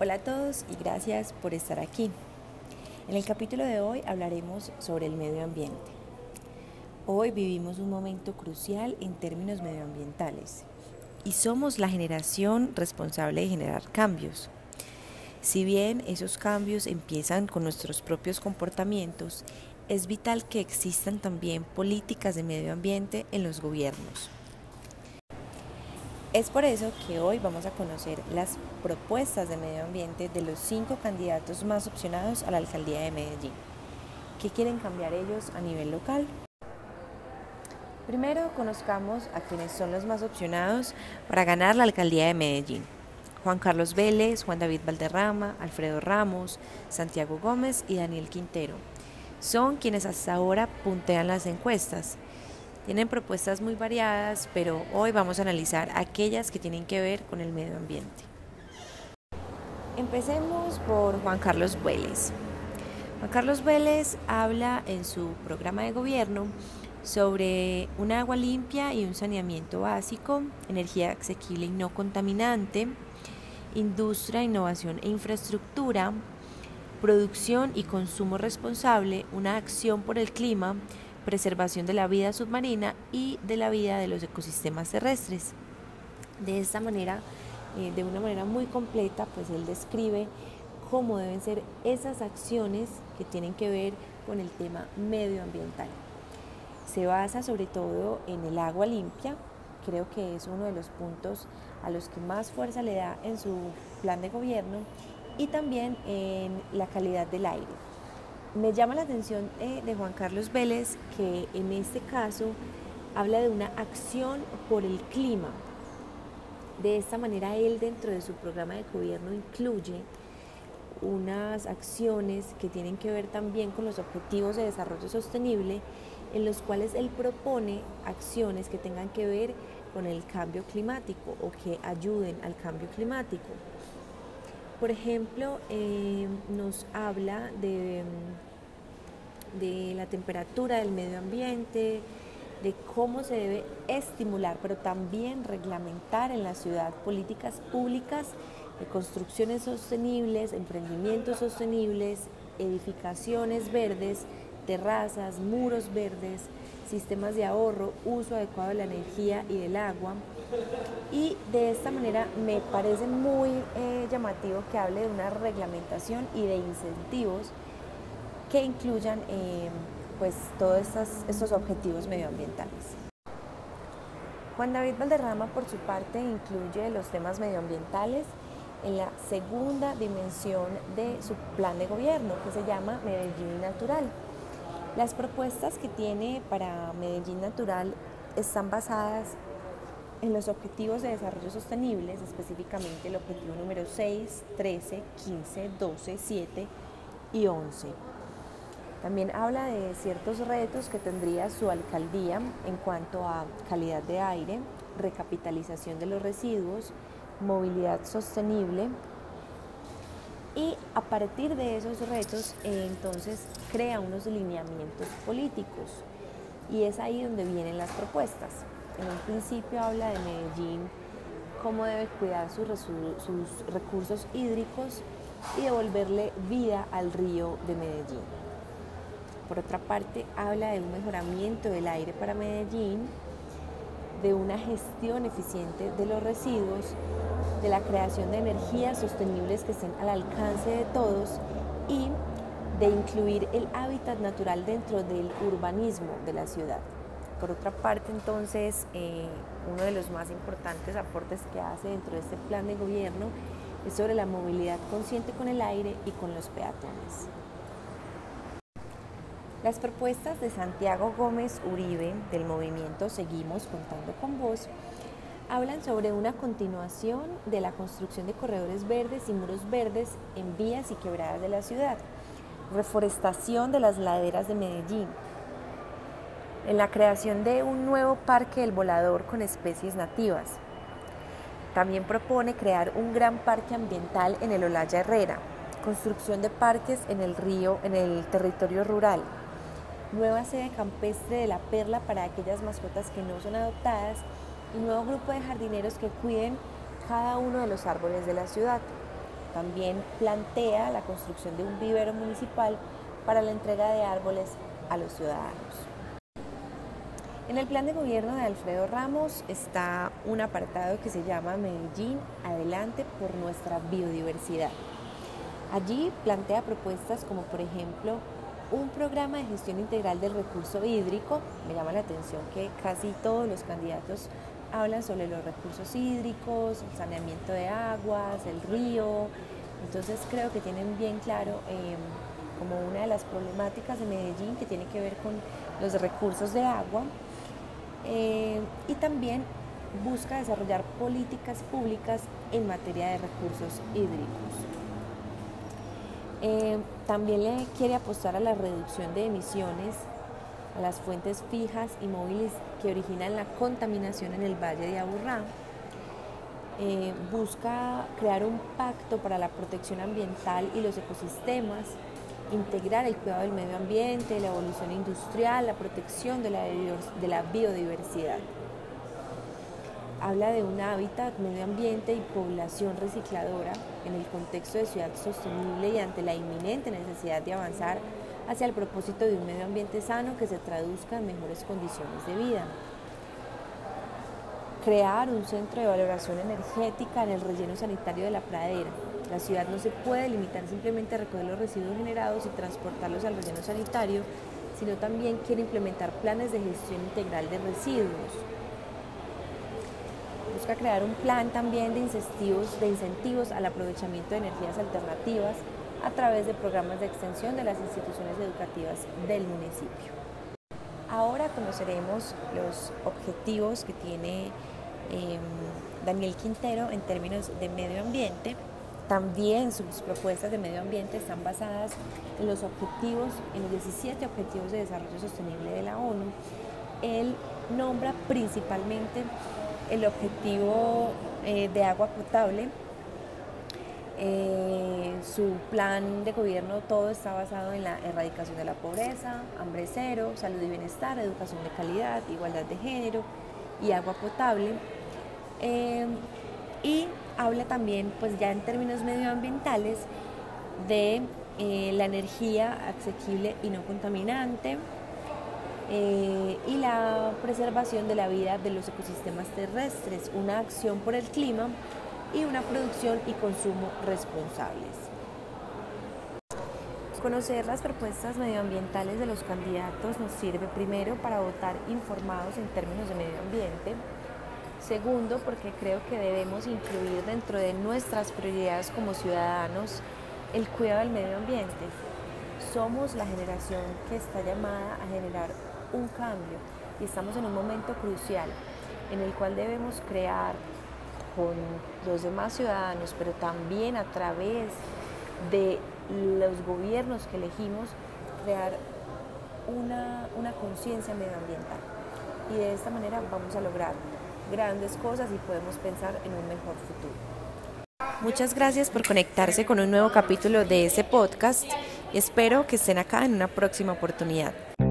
Hola a todos y gracias por estar aquí. En el capítulo de hoy hablaremos sobre el medio ambiente. Hoy vivimos un momento crucial en términos medioambientales y somos la generación responsable de generar cambios. Si bien esos cambios empiezan con nuestros propios comportamientos, es vital que existan también políticas de medio ambiente en los gobiernos. Es por eso que hoy vamos a conocer las propuestas de medio ambiente de los 5 candidatos más opcionados a la alcaldía de Medellín. ¿Qué quieren cambiar ellos a nivel local? Primero conozcamos a quienes son los más opcionados para ganar la alcaldía de Medellín. Juan Carlos Vélez, Juan David Valderrama, Alfredo Ramos, Santiago Gómez y Daniel Quintero. Son quienes hasta ahora puntean las encuestas. Tienen propuestas muy variadas, pero hoy vamos a analizar aquellas que tienen que ver con el medio ambiente. Empecemos por Juan Carlos Vélez. Juan Carlos Vélez habla en su programa de gobierno sobre un agua limpia y un saneamiento básico, energía asequible y no contaminante, industria, innovación e infraestructura, producción y consumo responsable, una acción por el clima, preservación de la vida submarina y de la vida de los ecosistemas terrestres. De esta manera, de una manera muy completa, pues él describe cómo deben ser esas acciones que tienen que ver con el tema medioambiental. Se basa sobre todo en el agua limpia, creo que es uno de los puntos a los que más fuerza le da en su plan de gobierno, y también en la calidad del aire. Me llama la atención de Juan Carlos Vélez que en este caso habla de una acción por el clima. De esta manera él dentro de su programa de gobierno incluye unas acciones que tienen que ver también con los objetivos de desarrollo sostenible, en los cuales él propone acciones que tengan que ver con el cambio climático o que ayuden al cambio climático. Por ejemplo, nos habla de la temperatura del medio ambiente, de cómo se debe estimular, pero también reglamentar en la ciudad políticas públicas de construcciones sostenibles, emprendimientos sostenibles, edificaciones verdes, terrazas, muros verdes, sistemas de ahorro, uso adecuado de la energía y del agua. Y de esta manera me parece muy llamativo que hable de una reglamentación y de incentivos que incluyan pues todos estos objetivos medioambientales. Juan David Valderrama, por su parte, incluye los temas medioambientales en la segunda dimensión de su plan de gobierno, que se llama Medellín Natural. Las propuestas que tiene para Medellín Natural están basadas en los objetivos de desarrollo sostenibles, específicamente el objetivo número 6, 13, 15, 12, 7 y 11. También habla de ciertos retos que tendría su alcaldía en cuanto a calidad de aire, recapitalización de los residuos, movilidad sostenible, y a partir de esos retos entonces crea unos lineamientos políticos, y es ahí donde vienen las propuestas. En un principio habla de Medellín, cómo debe cuidar sus recursos hídricos y devolverle vida al río de Medellín. Por otra parte, habla de un mejoramiento del aire para Medellín, de una gestión eficiente de los residuos, de la creación de energías sostenibles que estén al alcance de todos y de incluir el hábitat natural dentro del urbanismo de la ciudad. Por otra parte, entonces, uno de los más importantes aportes que hace dentro de este plan de gobierno es sobre la movilidad consciente con el aire y con los peatones. Las propuestas de Santiago Gómez Uribe del movimiento Seguimos Contando con Vos hablan sobre una continuación de la construcción de corredores verdes y muros verdes en vías y quebradas de la ciudad, reforestación de las laderas de Medellín, en la creación de un nuevo parque del Volador con especies nativas. También propone crear un gran parque ambiental en el Olaya Herrera, construcción de parques en el territorio rural, nueva sede campestre de La Perla para aquellas mascotas que no son adoptadas y nuevo grupo de jardineros que cuiden cada uno de los árboles de la ciudad. También plantea la construcción de un vivero municipal para la entrega de árboles a los ciudadanos. En el plan de gobierno de Alfredo Ramos está un apartado que se llama Medellín, adelante por nuestra biodiversidad. Allí plantea propuestas como, por ejemplo, un programa de gestión integral del recurso hídrico. Me llama la atención que casi todos los candidatos hablan sobre los recursos hídricos, el saneamiento de aguas, el río. Entonces creo que tienen bien claro como una de las problemáticas de Medellín que tiene que ver con los recursos de agua, y también busca desarrollar políticas públicas en materia de recursos hídricos. También le quiere apostar a la reducción de emisiones a las fuentes fijas y móviles que originan la contaminación en el Valle de Aburrá. Busca crear un pacto para la protección ambiental y los ecosistemas, integrar el cuidado del medio ambiente, la evolución industrial, la protección de la biodiversidad. Habla de un hábitat, medio ambiente y población recicladora en el contexto de ciudad sostenible y ante la inminente necesidad de avanzar hacia el propósito de un medio ambiente sano que se traduzca en mejores condiciones de vida. Crear un centro de valoración energética en el relleno sanitario de La Pradera. La ciudad no se puede limitar simplemente a recoger los residuos generados y transportarlos al relleno sanitario, sino también quiere implementar planes de gestión integral de residuos. Busca crear un plan también de incentivos al aprovechamiento de energías alternativas a través de programas de extensión de las instituciones educativas del municipio. Ahora conoceremos los objetivos que tiene Daniel Quintero en términos de medio ambiente. También sus propuestas de medio ambiente están basadas en los 17 Objetivos de Desarrollo Sostenible de la ONU. Él nombra principalmente el objetivo de agua potable. Su plan de gobierno todo está basado en la erradicación de la pobreza, hambre cero, salud y bienestar, educación de calidad, igualdad de género y agua potable. Y habla también, pues ya en términos medioambientales, de la energía asequible y no contaminante, y la preservación de la vida de los ecosistemas terrestres, una acción por el clima y una producción y consumo responsables. Conocer las propuestas medioambientales de los candidatos nos sirve primero para votar informados en términos de medio ambiente. Segundo, porque creo que debemos incluir dentro de nuestras prioridades como ciudadanos el cuidado del medio ambiente. Somos la generación que está llamada a generar un cambio y estamos en un momento crucial en el cual debemos crear con los demás ciudadanos, pero también a través de los gobiernos que elegimos, crear una conciencia medioambiental. Y de esta manera vamos a lograr grandes cosas y podemos pensar en un mejor futuro. Muchas gracias por conectarse con un nuevo capítulo de este podcast y espero que estén acá en una próxima oportunidad.